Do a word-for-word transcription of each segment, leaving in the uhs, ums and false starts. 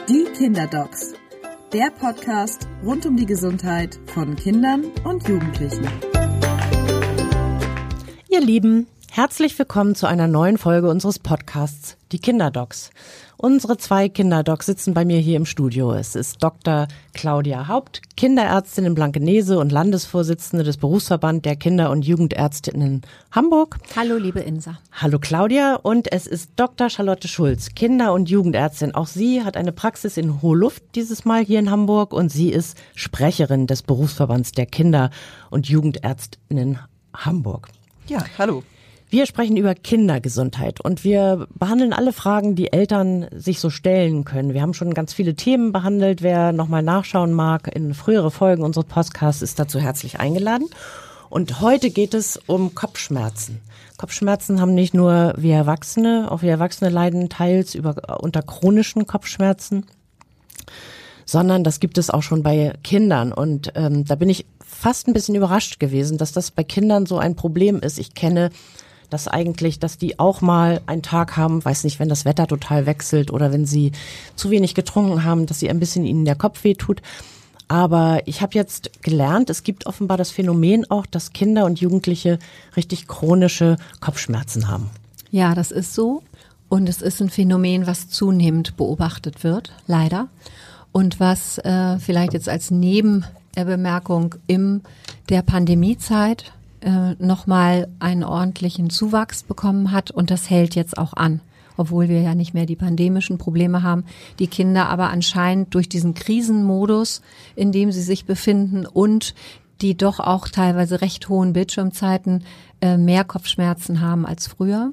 Die Kinderdocs, der Podcast rund um die Gesundheit von Kindern und Jugendlichen. Ihr Lieben, herzlich willkommen zu einer neuen Folge unseres Podcasts, die Kinderdocs. Unsere zwei Kinderdocs sitzen bei mir hier im Studio. Es ist Doktor Claudia Haupt, Kinderärztin in Blankenese und Landesvorsitzende des Berufsverband der Kinder- und Jugendärztinnen Hamburg. Hallo, liebe Insa. Hallo Claudia. Und es ist Doktor Charlotte Schulz, Kinder- und Jugendärztin. Auch sie hat eine Praxis in Hohluft dieses Mal hier in Hamburg und sie ist Sprecherin des Berufsverbands der Kinder- und Jugendärztinnen Hamburg. Ja, hallo. Wir sprechen über Kindergesundheit und wir behandeln alle Fragen, die Eltern sich so stellen können. Wir haben schon ganz viele Themen behandelt. Wer nochmal nachschauen mag in frühere Folgen unseres Podcasts, ist dazu herzlich eingeladen. Und heute geht es um Kopfschmerzen. Kopfschmerzen haben nicht nur wir Erwachsene, auch wir Erwachsene leiden teils über, unter chronischen Kopfschmerzen, sondern das gibt es auch schon bei Kindern. Und ähm, da bin ich fast ein bisschen überrascht gewesen, dass das bei Kindern so ein Problem ist. Ich kenne das eigentlich, dass die auch mal einen Tag haben, weiß nicht, wenn das Wetter total wechselt oder wenn sie zu wenig getrunken haben, dass sie ein bisschen ihnen der Kopf wehtut. Aber ich habe jetzt gelernt, es gibt offenbar das Phänomen auch, dass Kinder und Jugendliche richtig chronische Kopfschmerzen haben. Ja, das ist so. Und es ist ein Phänomen, was zunehmend beobachtet wird, leider. Und was äh, vielleicht jetzt als Nebenbemerkung in der Pandemiezeit äh, nochmal einen ordentlichen Zuwachs bekommen hat. Und das hält jetzt auch an, obwohl wir ja nicht mehr die pandemischen Probleme haben. Die Kinder aber anscheinend durch diesen Krisenmodus, in dem sie sich befinden und die doch auch teilweise recht hohen Bildschirmzeiten äh, mehr Kopfschmerzen haben als früher.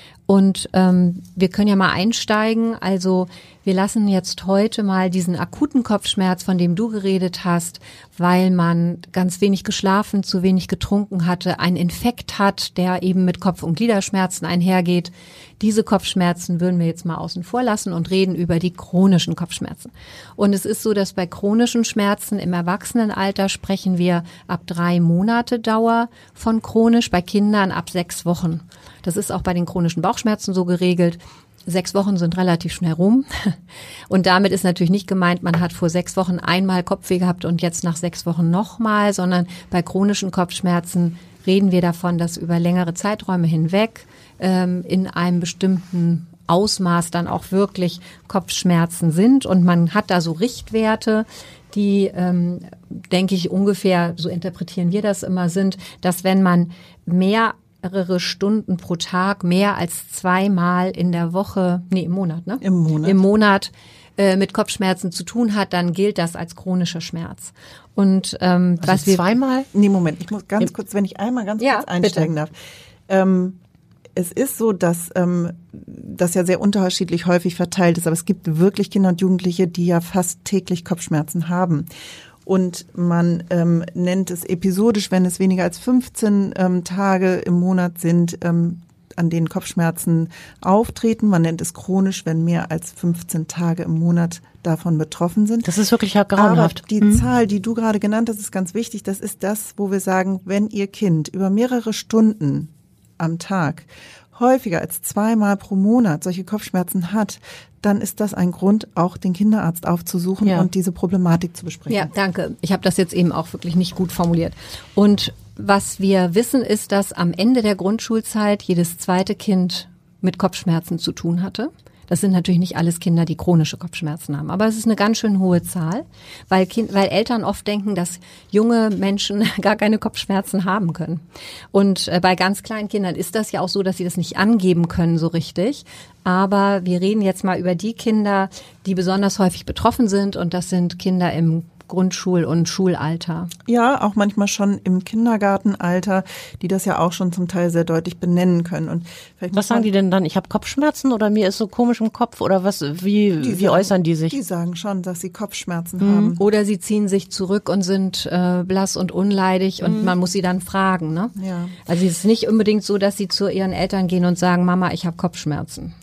Und ähm, wir können ja mal einsteigen. Also wir lassen jetzt heute mal diesen akuten Kopfschmerz, von dem du geredet hast, weil man ganz wenig geschlafen, zu wenig getrunken hatte, einen Infekt hat, der eben mit Kopf- und Gliederschmerzen einhergeht. Diese Kopfschmerzen würden wir jetzt mal außen vor lassen und reden über die chronischen Kopfschmerzen. Und es ist so, dass bei chronischen Schmerzen im Erwachsenenalter sprechen wir ab drei Monate Dauer von chronisch, bei Kindern ab sechs Wochen. Das ist auch bei den chronischen Bauchschmerzen so geregelt. Sechs Wochen sind relativ schnell rum. Und damit ist natürlich nicht gemeint, man hat vor sechs Wochen einmal Kopfweh gehabt und jetzt nach sechs Wochen nochmal, sondern bei chronischen Kopfschmerzen reden wir davon, dass über längere Zeiträume hinweg ähm, in einem bestimmten Ausmaß dann auch wirklich Kopfschmerzen sind. Und man hat da so Richtwerte, die, ähm, denke ich, ungefähr, so interpretieren wir das immer, sind, dass wenn man mehr mehrere Stunden pro Tag, mehr als zweimal in der Woche, nee, im Monat, ne? Im Monat. Im Monat äh, mit Kopfschmerzen zu tun hat, dann gilt das als chronischer Schmerz. Und ähm, also was wir zweimal? Nee, Moment, ich muss ganz kurz, wenn ich einmal ganz ja, kurz einsteigen bitte. darf. Ähm, es ist so, dass ähm, das ja sehr unterschiedlich häufig verteilt ist, aber es gibt wirklich Kinder und Jugendliche, die ja fast täglich Kopfschmerzen haben. Und man ähm, nennt es episodisch, wenn es weniger als fünfzehn ähm, Tage im Monat sind, ähm, an denen Kopfschmerzen auftreten. Man nennt es chronisch, wenn mehr als fünfzehn Tage im Monat davon betroffen sind. Das ist wirklich ja grauenhaft. Aber die mhm. Zahl, die du gerade genannt hast, ist ganz wichtig. Das ist das, wo wir sagen, wenn Ihr Kind über mehrere Stunden am Tag häufiger als zweimal pro Monat solche Kopfschmerzen hat, dann ist das ein Grund, auch den Kinderarzt aufzusuchen ja. und diese Problematik zu besprechen. Ja, danke. Ich habe das jetzt eben auch wirklich nicht gut formuliert. Und was wir wissen, ist, dass am Ende der Grundschulzeit jedes zweite Kind mit Kopfschmerzen zu tun hatte. Das sind natürlich nicht alles Kinder, die chronische Kopfschmerzen haben, aber es ist eine ganz schön hohe Zahl, weil, kind, weil Eltern oft denken, dass junge Menschen gar keine Kopfschmerzen haben können. Und äh, bei ganz kleinen Kindern ist das ja auch so, dass sie das nicht angeben können so richtig. Aber wir reden jetzt mal über die Kinder, die besonders häufig betroffen sind, und das sind Kinder im Grundschul- und Schulalter. Ja, auch manchmal schon im Kindergartenalter, die das ja auch schon zum Teil sehr deutlich benennen können. Und was sagen die denn dann? Ich habe Kopfschmerzen oder mir ist so komisch im Kopf oder was? Wie, wie sagen, äußern die sich? Die sagen schon, dass sie Kopfschmerzen mhm. haben. Oder sie ziehen sich zurück und sind äh, blass und unleidig und mhm. man muss sie dann fragen. Ne? Ja. Also es ist nicht unbedingt so, dass sie zu ihren Eltern gehen und sagen, Mama, ich habe Kopfschmerzen.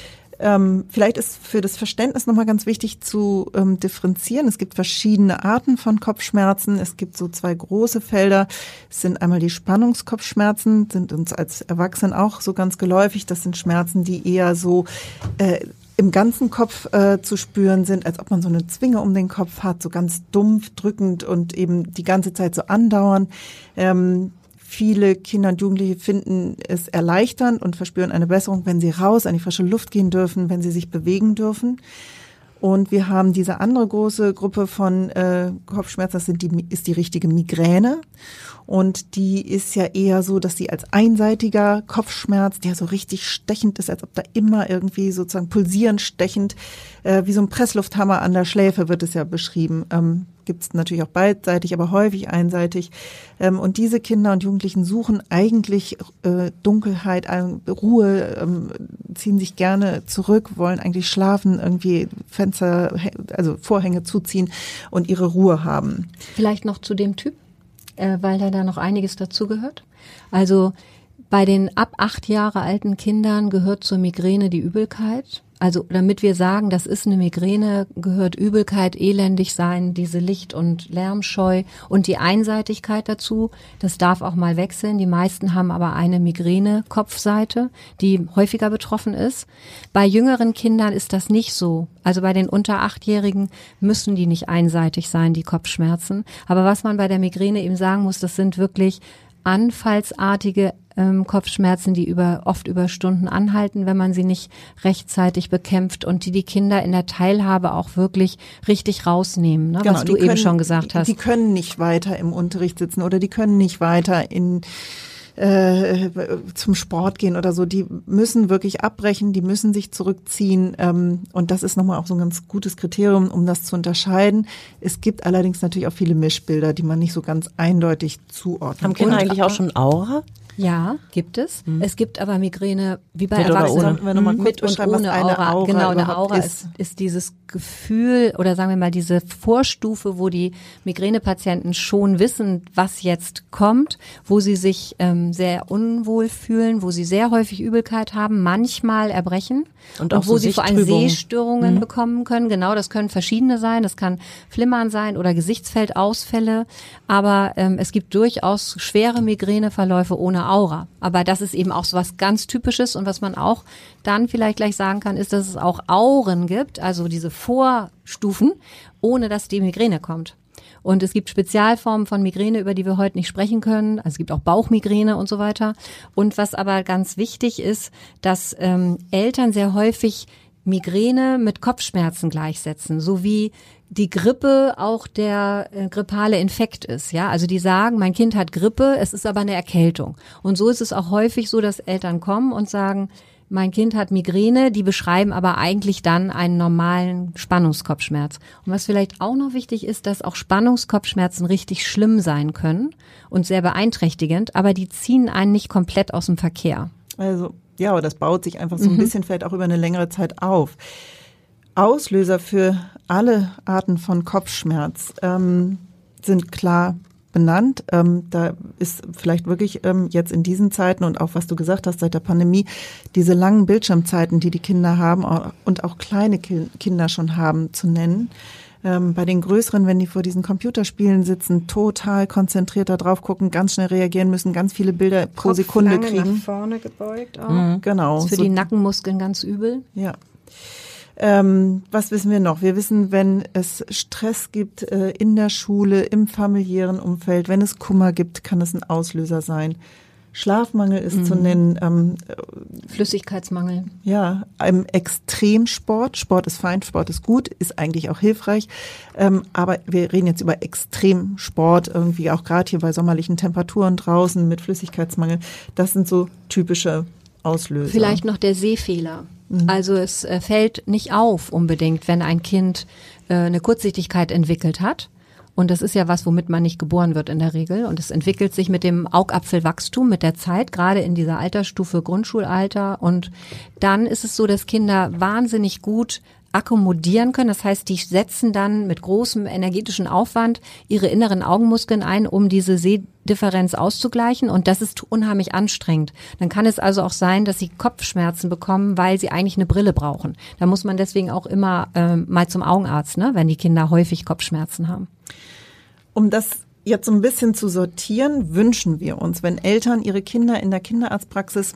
Ähm, vielleicht ist für das Verständnis nochmal ganz wichtig zu ähm, differenzieren. Es gibt verschiedene Arten von Kopfschmerzen. Es gibt so zwei große Felder. Es sind einmal die Spannungskopfschmerzen, sind uns als Erwachsenen auch so ganz geläufig. Das sind Schmerzen, die eher so äh, im ganzen Kopf äh, zu spüren sind, als ob man so eine Zwinge um den Kopf hat, so ganz dumpf, drückend und eben die ganze Zeit so andauern. Ähm, viele Kinder und Jugendliche finden es erleichternd und verspüren eine Besserung, wenn sie raus an die frische Luft gehen dürfen, wenn sie sich bewegen dürfen. Und wir haben diese andere große Gruppe von äh, Kopfschmerzen, das sind die, ist die richtige Migräne. Und die ist ja eher so, dass sie als einseitiger Kopfschmerz, der so richtig stechend ist, als ob da immer irgendwie sozusagen pulsierend stechend, äh, wie so ein Presslufthammer an der Schläfe wird es ja beschrieben. Ähm, gibt es natürlich auch beidseitig, aber häufig einseitig. Ähm, und diese Kinder und Jugendlichen suchen eigentlich äh, Dunkelheit, Ruhe, ähm, ziehen sich gerne zurück, wollen eigentlich schlafen, irgendwie Fenster, also Vorhänge zuziehen und ihre Ruhe haben. Vielleicht noch zu dem Typ, äh, weil da da noch einiges dazugehört. Also bei den ab acht Jahre alten Kindern gehört zur Migräne die Übelkeit. Also damit wir sagen, das ist eine Migräne, gehört Übelkeit, elendig sein, diese Licht- und Lärmscheu und die Einseitigkeit dazu. Das darf auch mal wechseln. Die meisten haben aber eine Migräne-Kopfseite, die häufiger betroffen ist. Bei jüngeren Kindern ist das nicht so. Also bei den unter Achtjährigen müssen die nicht einseitig sein, die Kopfschmerzen. Aber was man bei der Migräne eben sagen muss, das sind wirklich anfallsartige ähm, Kopfschmerzen, die über oft über Stunden anhalten, wenn man sie nicht rechtzeitig bekämpft und die die Kinder in der Teilhabe auch wirklich richtig rausnehmen, ne, genau, was du können, eben schon gesagt hast. Die können nicht weiter im Unterricht sitzen oder die können nicht weiter in äh, zum Sport gehen oder so. Die müssen wirklich abbrechen, die müssen sich zurückziehen ähm, und das ist nochmal auch so ein ganz gutes Kriterium, um das zu unterscheiden. Es gibt allerdings natürlich auch viele Mischbilder, die man nicht so ganz eindeutig zuordnen kann. Haben Kinder eigentlich auch schon Aura? Ja, gibt es. Mhm. Es gibt aber Migräne, wie bei mit Erwachsenen, wir noch mal mit und ohne Aura. Aura. Genau, eine Aura ist. ist, ist dieses Gefühl oder sagen wir mal diese Vorstufe, wo die Migränepatienten schon wissen, was jetzt kommt, wo sie sich ähm, sehr unwohl fühlen, wo sie sehr häufig Übelkeit haben, manchmal Erbrechen und, auch und wo so sie vor allem Sehstörungen mhm. bekommen können. Genau, das können verschiedene sein. Das kann Flimmern sein oder Gesichtsfeldausfälle. Aber ähm, es gibt durchaus schwere Migräneverläufe ohne Aura. Aber das ist eben auch so was ganz Typisches und was man auch dann vielleicht gleich sagen kann, ist, dass es auch Auren gibt, also diese Vorstufen, ohne dass die Migräne kommt. Und es gibt Spezialformen von Migräne, über die wir heute nicht sprechen können. Also es gibt auch Bauchmigräne und so weiter. Und was aber ganz wichtig ist, dass ähm, Eltern sehr häufig Migräne mit Kopfschmerzen gleichsetzen, so wie die Grippe auch der äh, grippale Infekt ist, ja. Also die sagen, mein Kind hat Grippe, es ist aber eine Erkältung. Und so ist es auch häufig so, dass Eltern kommen und sagen, mein Kind hat Migräne, die beschreiben aber eigentlich dann einen normalen Spannungskopfschmerz. Und was vielleicht auch noch wichtig ist, dass auch Spannungskopfschmerzen richtig schlimm sein können und sehr beeinträchtigend, aber die ziehen einen nicht komplett aus dem Verkehr. Also ja, aber das baut sich einfach so ein mhm. bisschen, vielleicht auch über eine längere Zeit auf. Auslöser für alle Arten von Kopfschmerz ähm, sind klar benannt. Ähm, da ist vielleicht wirklich ähm, jetzt in diesen Zeiten und auch, was du gesagt hast, seit der Pandemie, diese langen Bildschirmzeiten, die die Kinder haben und auch kleine Ki- Kinder schon haben, zu nennen. Ähm, bei den Größeren, wenn die vor diesen Computerspielen sitzen, total konzentriert da drauf gucken, ganz schnell reagieren müssen, ganz viele Bilder pro Kopf Sekunde lange kriegen. Nach vorne gebeugt auch. Mhm. Genau. Das ist für so die Nackenmuskeln ganz übel. Ja. Ähm, was wissen wir noch? Wir wissen, wenn es Stress gibt äh, in der Schule, im familiären Umfeld, wenn es Kummer gibt, kann es ein Auslöser sein. Schlafmangel ist mhm. zu nennen. Ähm, Flüssigkeitsmangel. Ja, im Extremsport. Sport ist fein, Sport ist gut, ist eigentlich auch hilfreich. Ähm, aber wir reden jetzt über Extremsport, irgendwie auch gerade hier bei sommerlichen Temperaturen draußen mit Flüssigkeitsmangel. Das sind so typische Auslöser. Vielleicht noch der Sehfehler. Mhm. Also es äh, fällt nicht auf unbedingt, wenn ein Kind äh, eine Kurzsichtigkeit entwickelt hat. Und das ist ja was, womit man nicht geboren wird in der Regel. Und es entwickelt sich mit dem Augapfelwachstum mit der Zeit, gerade in dieser Altersstufe Grundschulalter. Und dann ist es so, dass Kinder wahnsinnig gut akkommodieren können. Das heißt, die setzen dann mit großem energetischen Aufwand ihre inneren Augenmuskeln ein, um diese Sehdifferenz auszugleichen. Und das ist unheimlich anstrengend. Dann kann es also auch sein, dass sie Kopfschmerzen bekommen, weil sie eigentlich eine Brille brauchen. Da muss man deswegen auch immer äh, mal zum Augenarzt, ne, wenn die Kinder häufig Kopfschmerzen haben. Um das jetzt so ein bisschen zu sortieren, wünschen wir uns, wenn Eltern ihre Kinder in der Kinderarztpraxis mit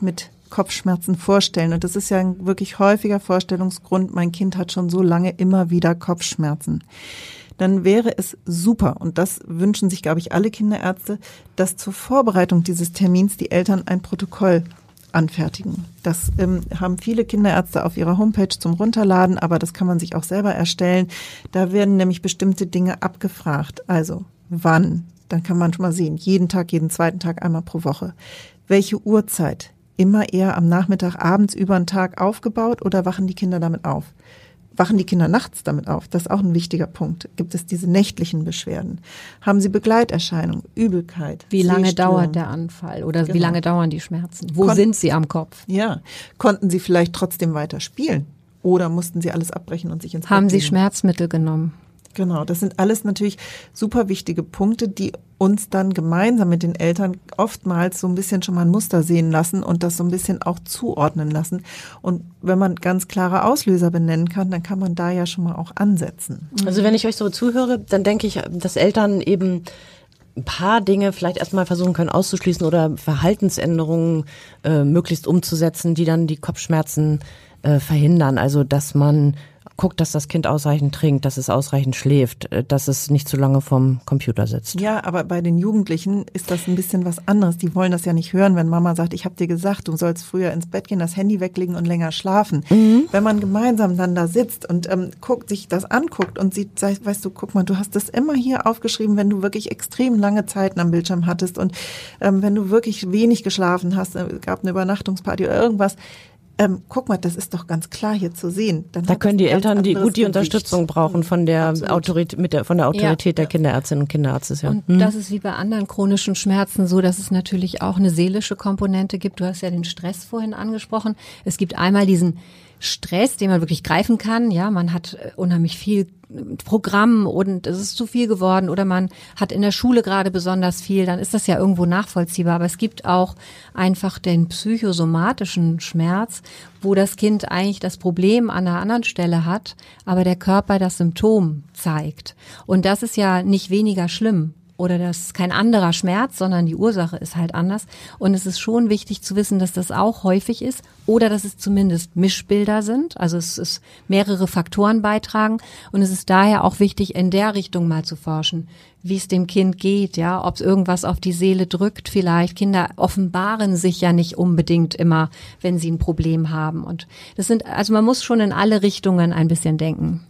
Kopfschmerzen vorstellen. Und das ist ja ein wirklich häufiger Vorstellungsgrund, mein Kind hat schon so lange immer wieder Kopfschmerzen. Dann wäre es super, und das wünschen sich, glaube ich, alle Kinderärzte, dass zur Vorbereitung dieses Termins die Eltern ein Protokoll anfertigen. Das ähm, haben viele Kinderärzte auf ihrer Homepage zum Runterladen, aber das kann man sich auch selber erstellen. Da werden nämlich bestimmte Dinge abgefragt. Also wann? Dann kann man schon mal sehen, jeden Tag, jeden zweiten Tag, einmal pro Woche. Welche Uhrzeit? Immer eher am Nachmittag, abends über den Tag aufgebaut oder wachen die Kinder damit auf? Wachen die Kinder nachts damit auf? Das ist auch ein wichtiger Punkt. Gibt es diese nächtlichen Beschwerden? Haben sie Begleiterscheinungen, Übelkeit? Wie lange dauert der Anfall oder genau. Wie lange dauern die Schmerzen? Wo Kon- sind sie am Kopf? Ja, konnten sie vielleicht trotzdem weiter spielen oder mussten sie alles abbrechen und sich ins Bett Haben legen? sie Schmerzmittel genommen? Genau, das sind alles natürlich super wichtige Punkte, die uns dann gemeinsam mit den Eltern oftmals so ein bisschen schon mal ein Muster sehen lassen und das so ein bisschen auch zuordnen lassen. Und wenn man ganz klare Auslöser benennen kann, dann kann man da ja schon mal auch ansetzen. Also wenn ich euch so zuhöre, dann denke ich, dass Eltern eben ein paar Dinge vielleicht erstmal versuchen können auszuschließen oder Verhaltensänderungen äh, möglichst umzusetzen, die dann die Kopfschmerzen äh, verhindern. Also dass man guckt, dass das Kind ausreichend trinkt, dass es ausreichend schläft, dass es nicht zu lange vorm Computer sitzt. Ja, aber bei den Jugendlichen ist das ein bisschen was anderes. Die wollen das ja nicht hören, wenn Mama sagt, ich habe dir gesagt, du sollst früher ins Bett gehen, das Handy weglegen und länger schlafen. Mhm. Wenn man gemeinsam dann da sitzt und ähm, guckt, sich das anguckt und sieht, weißt du, guck mal, du hast das immer hier aufgeschrieben, wenn du wirklich extrem lange Zeiten am Bildschirm hattest und ähm, wenn du wirklich wenig geschlafen hast, äh, gab eine Übernachtungsparty oder irgendwas. Ähm, guck mal, das ist doch ganz klar hier zu sehen. Dann da können die Eltern, die gut die Unterstützung brauchen von der Autorität, mit der, von der Autorität ja. der Kinderärztinnen und Kinderärzte. Ja. Und hm. das ist wie bei anderen chronischen Schmerzen so, dass es natürlich auch eine seelische Komponente gibt. Du hast ja den Stress vorhin angesprochen. Es gibt einmal diesen Stress, den man wirklich greifen kann. Ja, man hat unheimlich viel Programm und es ist zu viel geworden oder man hat in der Schule gerade besonders viel, dann ist das ja irgendwo nachvollziehbar. Aber es gibt auch einfach den psychosomatischen Schmerz, wo das Kind eigentlich das Problem an einer anderen Stelle hat, aber der Körper das Symptom zeigt. Und das ist ja nicht weniger schlimm. Oder das ist kein anderer Schmerz, sondern die Ursache ist halt anders. Und es ist schon wichtig zu wissen, dass das auch häufig ist oder dass es zumindest Mischbilder sind. Also es ist mehrere Faktoren beitragen. Und es ist daher auch wichtig, in der Richtung mal zu forschen, wie es dem Kind geht, ja, ob es irgendwas auf die Seele drückt vielleicht. Kinder offenbaren sich ja nicht unbedingt immer, wenn sie ein Problem haben. Und das sind, also man muss schon in alle Richtungen ein bisschen denken.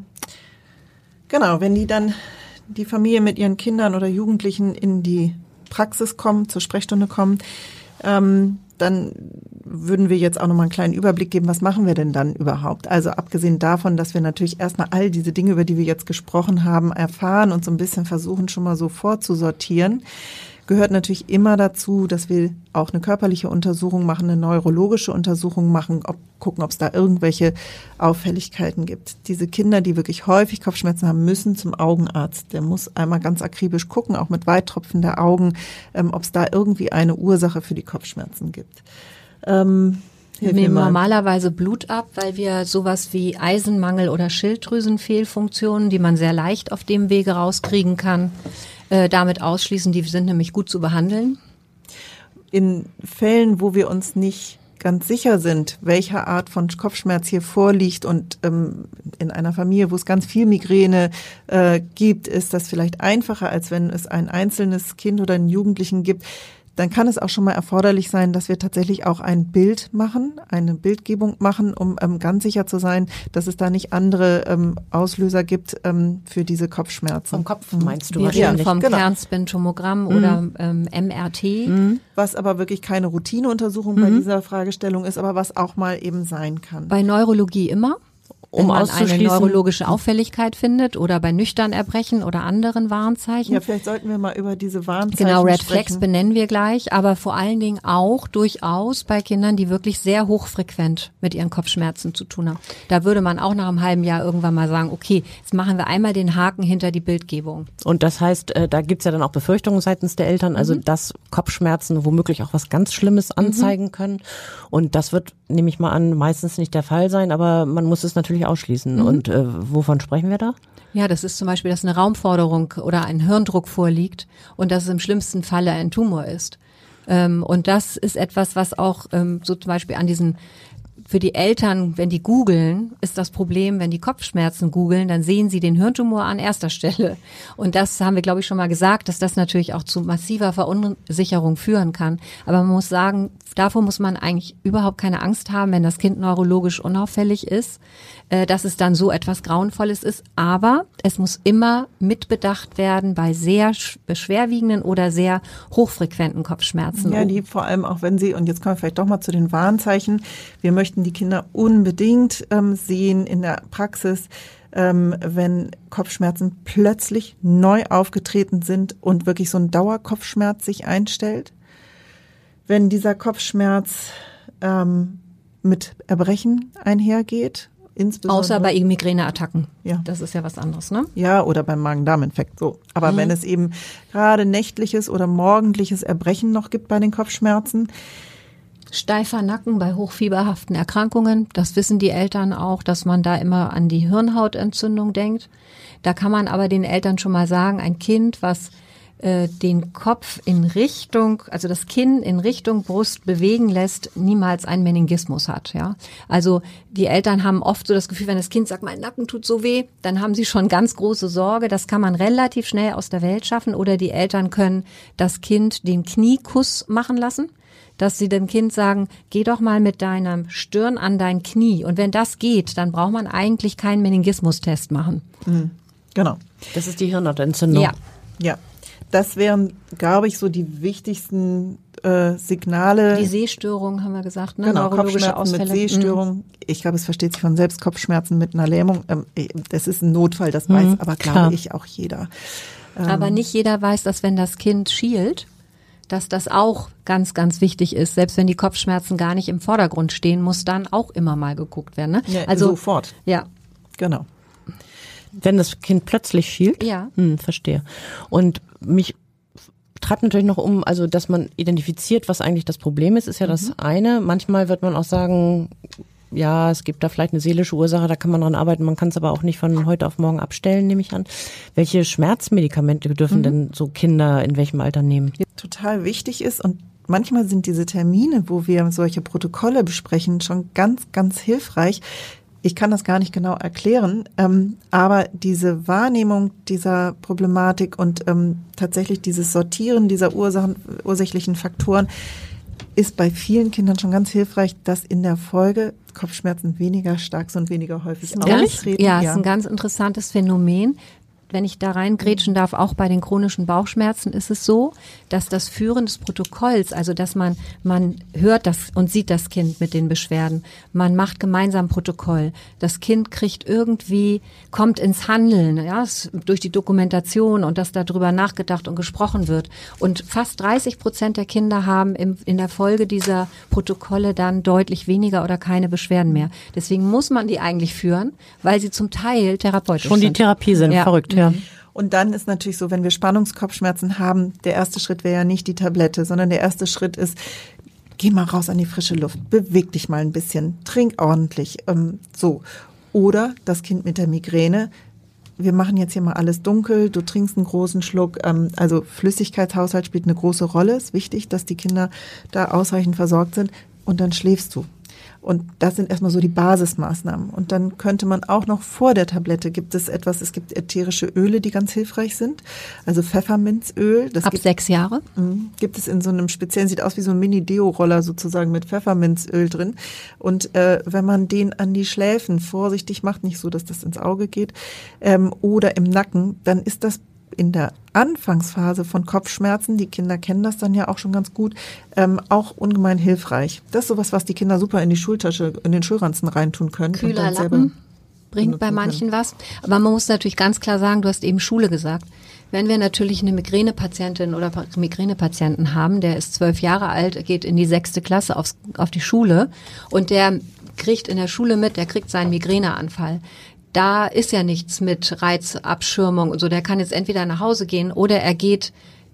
Genau, wenn die dann die Familie mit ihren Kindern oder Jugendlichen in die Praxis kommen, zur Sprechstunde kommen, ähm, dann würden wir jetzt auch nochmal einen kleinen Überblick geben, was machen wir denn dann überhaupt? Also abgesehen davon, dass wir natürlich erstmal all diese Dinge, über die wir jetzt gesprochen haben, erfahren und so ein bisschen versuchen, schon mal so vorzusortieren, gehört natürlich immer dazu, dass wir auch eine körperliche Untersuchung machen, eine neurologische Untersuchung machen, ob, gucken, ob es da irgendwelche Auffälligkeiten gibt. Diese Kinder, die wirklich häufig Kopfschmerzen haben, müssen zum Augenarzt. Der muss einmal ganz akribisch gucken, auch mit Weittropfen der Augen, ähm, ob es da irgendwie eine Ursache für die Kopfschmerzen gibt. Ähm, Wir nehmen normalerweise Blut ab, weil wir sowas wie Eisenmangel oder Schilddrüsenfehlfunktionen, die man sehr leicht auf dem Wege rauskriegen kann, äh, damit ausschließen. Die sind nämlich gut zu behandeln. In Fällen, wo wir uns nicht ganz sicher sind, welche Art von Kopfschmerz hier vorliegt und ähm, in einer Familie, wo es ganz viel Migräne äh, gibt, ist das vielleicht einfacher, als wenn es ein einzelnes Kind oder einen Jugendlichen gibt. Dann kann es auch schon mal erforderlich sein, dass wir tatsächlich auch ein Bild machen, eine Bildgebung machen, um ähm, ganz sicher zu sein, dass es da nicht andere ähm, Auslöser gibt ähm, für diese Kopfschmerzen. Vom Kopf meinst du Wir wahrscheinlich? reden vom genau. Kernspintomogramm mhm. oder ähm, M R T. Mhm. Was aber wirklich keine Routineuntersuchung mhm. bei dieser Fragestellung ist, aber was auch mal eben sein kann. Bei Neurologie immer. Um wenn man auszuschließen, eine neurologische Auffälligkeit findet oder bei nüchtern Erbrechen oder anderen Warnzeichen. Ja, vielleicht sollten wir mal über diese Warnzeichen Genau, Red sprechen. Flags benennen wir gleich, aber vor allen Dingen auch durchaus bei Kindern, die wirklich sehr hochfrequent mit ihren Kopfschmerzen zu tun haben. Da würde man auch nach einem halben Jahr irgendwann mal sagen, okay, jetzt machen wir einmal den Haken hinter die Bildgebung. Und das heißt, da gibt's ja dann auch Befürchtungen seitens der Eltern, also mhm. dass Kopfschmerzen womöglich auch was ganz Schlimmes anzeigen mhm. können. Und das wird, nehme ich mal an, meistens nicht der Fall sein, aber man muss es natürlich ausschließen. Mhm. Und äh, wovon sprechen wir da? Ja, das ist zum Beispiel, dass eine Raumforderung oder ein Hirndruck vorliegt und dass es im schlimmsten Falle ein Tumor ist. Ähm, und das ist etwas, was auch ähm, so zum Beispiel an diesen für die Eltern, wenn die googeln, ist das Problem, wenn die Kopfschmerzen googeln, dann sehen sie den Hirntumor an erster Stelle. Und das haben wir, glaube ich, schon mal gesagt, dass das natürlich auch zu massiver Verunsicherung führen kann. Aber man muss sagen, davor muss man eigentlich überhaupt keine Angst haben, wenn das Kind neurologisch unauffällig ist, äh, dass es dann so etwas Grauenvolles ist. Aber es muss immer mitbedacht werden bei sehr schwerwiegenden oder sehr hochfrequenten Kopfschmerzen. Ja, die vor allem auch, wenn sie, und jetzt kommen wir vielleicht doch mal zu den Warnzeichen, wir möchten die Kinder unbedingt ähm, sehen in der Praxis, ähm, wenn Kopfschmerzen plötzlich neu aufgetreten sind und wirklich so ein Dauerkopfschmerz sich einstellt. Wenn dieser Kopfschmerz ähm, mit Erbrechen einhergeht, insbesondere außer bei Migräneattacken. Ja. Das ist ja was anderes, ne? Ja, oder beim Magen-Darm-Infekt so. Aber mhm. wenn es eben gerade nächtliches oder morgendliches Erbrechen noch gibt bei den Kopfschmerzen. Steifer Nacken bei hochfieberhaften Erkrankungen, das wissen die Eltern auch, dass man da immer an die Hirnhautentzündung denkt. Da kann man aber den Eltern schon mal sagen, ein Kind, was äh, den Kopf in Richtung, also das Kinn in Richtung Brust bewegen lässt, niemals einen Meningismus hat. Ja, also die Eltern haben oft so das Gefühl, wenn das Kind sagt, mein Nacken tut so weh, dann haben sie schon ganz große Sorge. Das kann man relativ schnell aus der Welt schaffen. Oder die Eltern können das Kind den Kniekuss machen lassen, dass sie dem Kind sagen, geh doch mal mit deiner Stirn an dein Knie. Und wenn das geht, dann braucht man eigentlich keinen Meningismustest machen. Mhm. Genau. Das ist die Hirnhautentzündung. Ja. Ja. Das wären, glaube ich, so die wichtigsten äh, Signale. Die Sehstörung, haben wir gesagt, ne? Genau, Neurologische Kopfschmerzen Ausfälle. mit Sehstörung. Mhm. Ich glaube, es versteht sich von selbst, Kopfschmerzen mit einer Lähmung. Ähm, das ist ein Notfall, das mhm, weiß aber, glaube klar. ich, auch jeder. Ähm, aber nicht jeder weiß, dass wenn das Kind schielt, dass das auch ganz, ganz wichtig ist. Selbst wenn die Kopfschmerzen gar nicht im Vordergrund stehen, muss dann auch immer mal geguckt werden. Ne? Ja, also sofort. Ja. Genau. Wenn das Kind plötzlich schielt? Ja. Hm, verstehe. Und mich treibt natürlich noch um, also dass man identifiziert, was eigentlich das Problem ist, ist ja mhm. das eine. Manchmal wird man auch sagen, ja, es gibt da vielleicht eine seelische Ursache, da kann man dran arbeiten, man kann es aber auch nicht von heute auf morgen abstellen, nehme ich an. Welche Schmerzmedikamente dürfen mhm. denn so Kinder in welchem Alter nehmen? Total wichtig ist, und manchmal sind diese Termine, wo wir solche Protokolle besprechen, schon ganz, ganz hilfreich. Ich kann das gar nicht genau erklären, ähm, aber diese Wahrnehmung dieser Problematik und ähm, tatsächlich dieses Sortieren dieser Ursachen, ursächlichen Faktoren ist bei vielen Kindern schon ganz hilfreich, dass in der Folge Kopfschmerzen weniger stark sind und weniger häufig auftreten. Ja, ja, ist ein ganz interessantes Phänomen. Wenn ich da reingrätschen darf, auch bei den chronischen Bauchschmerzen ist es so, dass das Führen des Protokolls, also dass man man hört das und sieht das Kind mit den Beschwerden, man macht gemeinsam Protokoll, das Kind kriegt irgendwie, kommt ins Handeln, ja, durch die Dokumentation und dass darüber nachgedacht und gesprochen wird. Und fast dreißig Prozent der Kinder haben im, in der Folge dieser Protokolle dann deutlich weniger oder keine Beschwerden mehr. Deswegen muss man die eigentlich führen, weil sie zum Teil therapeutisch Schon sind. die Therapie sind, ja. Verrückt, ja. Und dann ist natürlich so, wenn wir Spannungskopfschmerzen haben, der erste Schritt wäre ja nicht die Tablette, sondern der erste Schritt ist, geh mal raus an die frische Luft, beweg dich mal ein bisschen, trink ordentlich, ähm, so. Oder das Kind mit der Migräne, wir machen jetzt hier mal alles dunkel, du trinkst einen großen Schluck, ähm, also Flüssigkeitshaushalt spielt eine große Rolle, ist wichtig, dass die Kinder da ausreichend versorgt sind, und dann schläfst du. Und das sind erstmal so die Basismaßnahmen. Und dann könnte man auch noch vor der Tablette, gibt es etwas, es gibt ätherische Öle, die ganz hilfreich sind. Also Pfefferminzöl. Das Ab gibt, sechs Jahre? Mh, gibt es in so einem speziellen, sieht aus wie so ein Mini-Deo-Roller sozusagen mit Pfefferminzöl drin. Und äh, wenn man den an die Schläfen vorsichtig macht, nicht so, dass das ins Auge geht, ähm, oder im Nacken, dann ist das in der Anfangsphase von Kopfschmerzen, die Kinder kennen das dann ja auch schon ganz gut, ähm, auch ungemein hilfreich. Das ist sowas, was die Kinder super in die Schultasche, in den Schulranzen reintun können. Kühler Lappen bringt bei manchen können. was. Aber man muss natürlich ganz klar sagen, du hast eben Schule gesagt. Wenn wir natürlich eine Migränepatientin oder Migränepatienten haben, der ist zwölf Jahre alt, geht in die sechste Klasse aufs, auf die Schule und der kriegt in der Schule mit, der kriegt seinen Migräneanfall. Da ist ja nichts mit Reizabschirmung und so. Der kann jetzt entweder nach Hause gehen oder er geht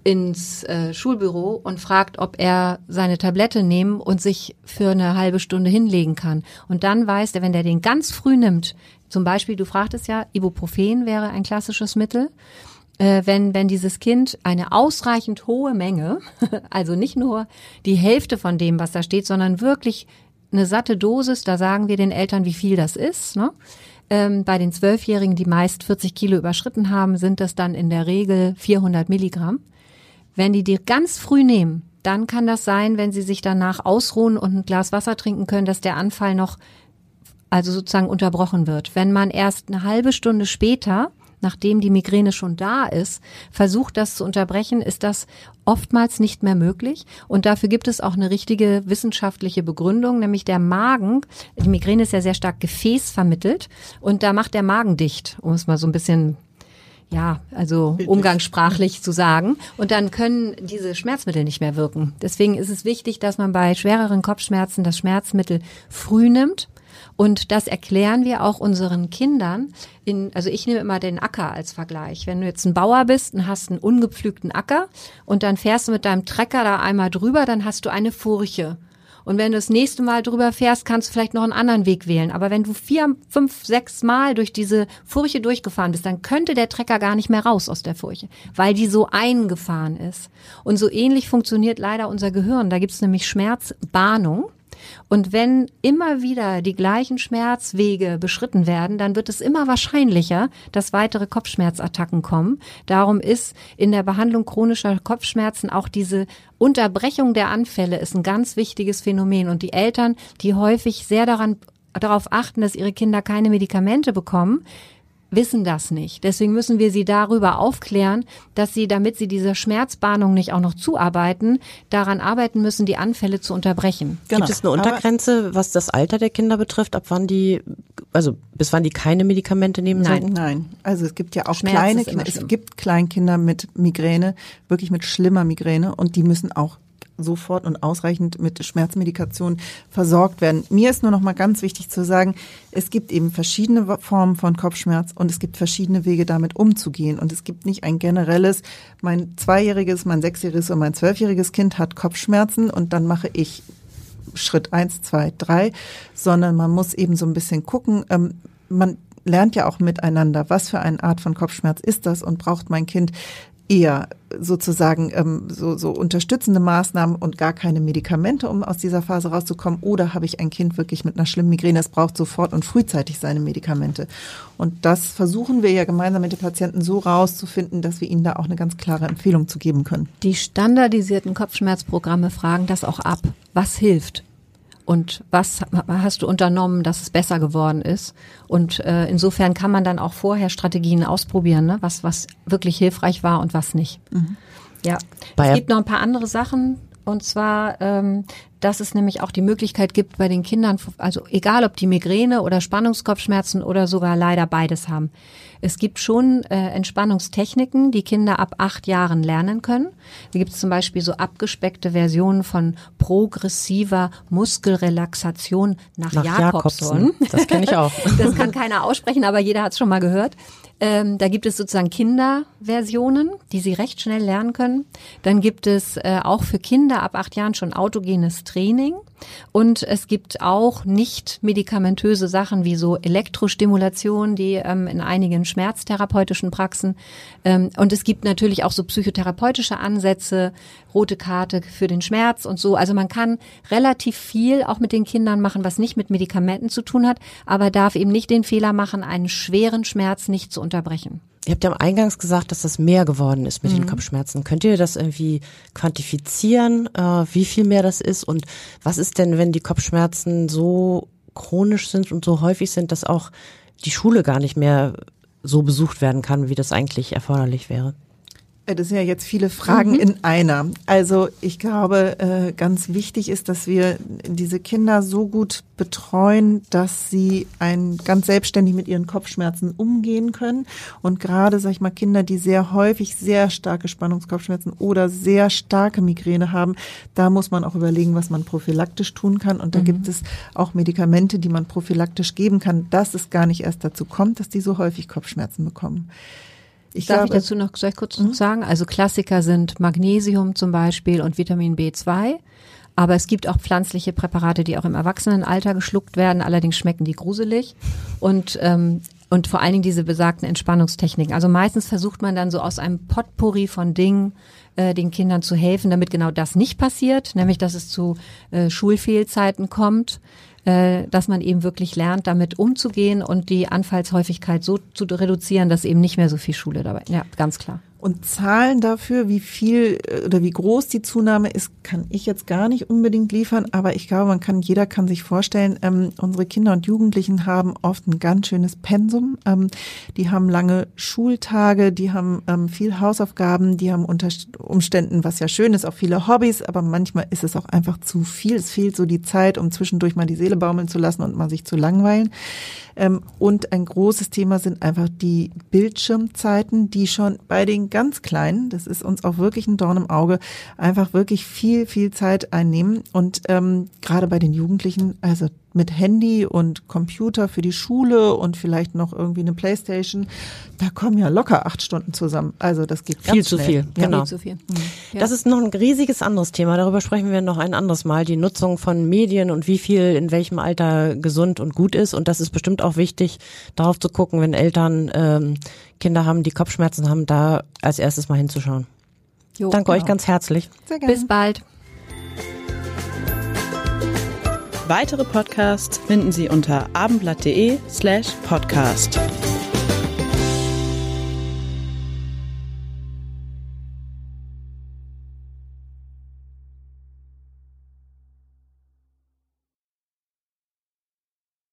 ins äh, Schulbüro und fragt, ob er seine Tablette nehmen und sich für eine halbe Stunde hinlegen kann. Und dann weiß er, wenn der den ganz früh nimmt, zum Beispiel, du fragtest ja, Ibuprofen wäre ein klassisches Mittel. äh, wenn, wenn dieses Kind eine ausreichend hohe Menge, also nicht nur die Hälfte von dem, was da steht, sondern wirklich eine satte Dosis, da sagen wir den Eltern, wie viel das ist, ne? Ähm, bei den Zwölfjährigen, die meist vierzig Kilo überschritten haben, sind das dann in der Regel vierhundert Milligramm. Wenn die die ganz früh nehmen, dann kann das sein, wenn sie sich danach ausruhen und ein Glas Wasser trinken können, dass der Anfall noch, also sozusagen unterbrochen wird. Wenn man erst eine halbe Stunde später, nachdem die Migräne schon da ist, versucht, das zu unterbrechen, ist das oftmals nicht mehr möglich. Und dafür gibt es auch eine richtige wissenschaftliche Begründung, nämlich der Magen. Die Migräne ist ja sehr stark gefäßvermittelt und da macht der Magen dicht, um es mal so ein bisschen, ja, also umgangssprachlich zu sagen. Und dann können diese Schmerzmittel nicht mehr wirken. Deswegen ist es wichtig, dass man bei schwereren Kopfschmerzen das Schmerzmittel früh nimmt. Und das erklären wir auch unseren Kindern. In, also ich nehme immer den Acker als Vergleich. Wenn du jetzt ein Bauer bist und hast einen ungepflügten Acker und dann fährst du mit deinem Trecker da einmal drüber, dann hast du eine Furche. Und wenn du das nächste Mal drüber fährst, kannst du vielleicht noch einen anderen Weg wählen. Aber wenn du vier, fünf, sechs Mal durch diese Furche durchgefahren bist, dann könnte der Trecker gar nicht mehr raus aus der Furche, weil die so eingefahren ist. Und so ähnlich funktioniert leider unser Gehirn. Da gibt es nämlich Schmerzbahnung. Und wenn immer wieder die gleichen Schmerzwege beschritten werden, dann wird es immer wahrscheinlicher, dass weitere Kopfschmerzattacken kommen. Darum ist in der Behandlung chronischer Kopfschmerzen auch diese Unterbrechung der Anfälle ist ein ganz wichtiges Phänomen. Und die Eltern, die häufig sehr daran, darauf achten, dass ihre Kinder keine Medikamente bekommen, wissen das nicht. Deswegen müssen wir sie darüber aufklären, dass sie, damit sie dieser Schmerzbahnung nicht auch noch zuarbeiten, daran arbeiten müssen, die Anfälle zu unterbrechen. Genau. Gibt es eine Untergrenze, was das Alter der Kinder betrifft, ab wann die, also bis wann die keine Medikamente nehmen nein, sollten? Nein, also es gibt ja auch Schmerz kleine Kinder, es gibt Kleinkinder mit Migräne, wirklich mit schlimmer Migräne und die müssen auch sofort und ausreichend mit Schmerzmedikation versorgt werden. Mir ist nur noch mal ganz wichtig zu sagen, es gibt eben verschiedene Formen von Kopfschmerz und es gibt verschiedene Wege, damit umzugehen. Und es gibt nicht ein generelles, mein zweijähriges, mein sechsjähriges und mein zwölfjähriges Kind hat Kopfschmerzen und dann mache ich Schritt eins, zwei, drei, sondern man muss eben so ein bisschen gucken, ähm, man lernt ja auch miteinander, was für eine Art von Kopfschmerz ist das und braucht mein Kind eher sozusagen ähm, so, so unterstützende Maßnahmen und gar keine Medikamente, um aus dieser Phase rauszukommen? Oder habe ich ein Kind wirklich mit einer schlimmen Migräne, es braucht sofort und frühzeitig seine Medikamente? Und das versuchen wir ja gemeinsam mit den Patienten so rauszufinden, dass wir ihnen da auch eine ganz klare Empfehlung zu geben können. Die standardisierten Kopfschmerzprogramme fragen das auch ab. Was hilft? Und was hast du unternommen, dass es besser geworden ist? Und äh, insofern kann man dann auch vorher Strategien ausprobieren, ne? was was wirklich hilfreich war und was nicht. Mhm. Ja, es gibt noch ein paar andere Sachen. Und zwar, ähm, dass es nämlich auch die Möglichkeit gibt bei den Kindern, also egal ob die Migräne oder Spannungskopfschmerzen oder sogar leider beides haben. Es gibt schon äh, Entspannungstechniken, die Kinder ab acht Jahren lernen können. Da gibt es zum Beispiel so abgespeckte Versionen von progressiver Muskelrelaxation nach, nach Jakobson. Jakobson. Das kenne ich auch. Das kann keiner aussprechen, aber jeder hat es schon mal gehört. Ähm, da gibt es sozusagen Kinderversionen, die sie recht schnell lernen können. Dann gibt es äh, auch für Kinder ab acht Jahren schon autogenes Training. Und es gibt auch nicht medikamentöse Sachen wie so Elektrostimulation, die ähm, in einigen schmerztherapeutischen Praxen. Ähm, und es gibt natürlich auch so psychotherapeutische Ansätze, rote Karte für den Schmerz und so. Also man kann relativ viel auch mit den Kindern machen, was nicht mit Medikamenten zu tun hat, aber darf eben nicht den Fehler machen, einen schweren Schmerz nicht zu unterbrechen. Ihr habt ja eingangs gesagt, dass das mehr geworden ist mit mhm. den Kopfschmerzen. Könnt ihr das irgendwie quantifizieren, äh, wie viel mehr das ist? Und was ist denn, wenn die Kopfschmerzen so chronisch sind und so häufig sind, dass auch die Schule gar nicht mehr so besucht werden kann, wie das eigentlich erforderlich wäre? Das sind ja jetzt viele Fragen mhm. in einer. Also ich glaube, äh, ganz wichtig ist, dass wir diese Kinder so gut betreuen, dass sie ein, ganz selbstständig mit ihren Kopfschmerzen umgehen können. Und gerade, sag ich mal, Kinder, die sehr häufig sehr starke Spannungskopfschmerzen oder sehr starke Migräne haben, da muss man auch überlegen, was man prophylaktisch tun kann. Und da mhm. gibt es auch Medikamente, die man prophylaktisch geben kann, dass es gar nicht erst dazu kommt, dass die so häufig Kopfschmerzen bekommen. Ich Darf glaube, ich dazu noch soll ich kurz mhm. sagen? Also Klassiker sind Magnesium zum Beispiel und Vitamin B zwei. Aber es gibt auch pflanzliche Präparate, die auch im Erwachsenenalter geschluckt werden. Allerdings schmecken die gruselig. Und ähm, Und vor allen Dingen diese besagten Entspannungstechniken. Also meistens versucht man dann so aus einem Potpourri von Dingen äh, den Kindern zu helfen, damit genau das nicht passiert, nämlich dass es zu äh, Schulfehlzeiten kommt, äh, dass man eben wirklich lernt, damit umzugehen und die Anfallshäufigkeit so zu reduzieren, dass eben nicht mehr so viel Schule dabei ist. Ja, ganz klar. Und Zahlen dafür, wie viel oder wie groß die Zunahme ist, kann ich jetzt gar nicht unbedingt liefern. Aber ich glaube, man kann, jeder kann sich vorstellen, ähm, unsere Kinder und Jugendlichen haben oft ein ganz schönes Pensum. Ähm, die haben lange Schultage, die haben ähm, viel Hausaufgaben, die haben unter Umständen, was ja schön ist, auch viele Hobbys. Aber manchmal ist es auch einfach zu viel. Es fehlt so die Zeit, um zwischendurch mal die Seele baumeln zu lassen und mal sich zu langweilen. Ähm, und ein großes Thema sind einfach die Bildschirmzeiten, die schon bei den ganz Kleinen, das ist uns auch wirklich ein Dorn im Auge, einfach wirklich viel, viel Zeit einnehmen. Und ähm, gerade bei den Jugendlichen, also mit Handy und Computer für die Schule und vielleicht noch irgendwie eine Playstation, da kommen ja locker acht Stunden zusammen. Also das geht ganz viel zu schnell. viel. Genau. Viel zu viel. Mhm. Ja. Das ist noch ein riesiges anderes Thema. Darüber sprechen wir noch ein anderes Mal. Die Nutzung von Medien und wie viel in welchem Alter gesund und gut ist. Und das ist bestimmt auch wichtig, darauf zu gucken, wenn Eltern ähm, Kinder haben, die Kopfschmerzen haben, da als erstes mal hinzuschauen. Jo, Danke genau. euch ganz herzlich. Sehr gerne. Bis bald. Weitere Podcasts finden Sie unter abendblatt.de slash podcast.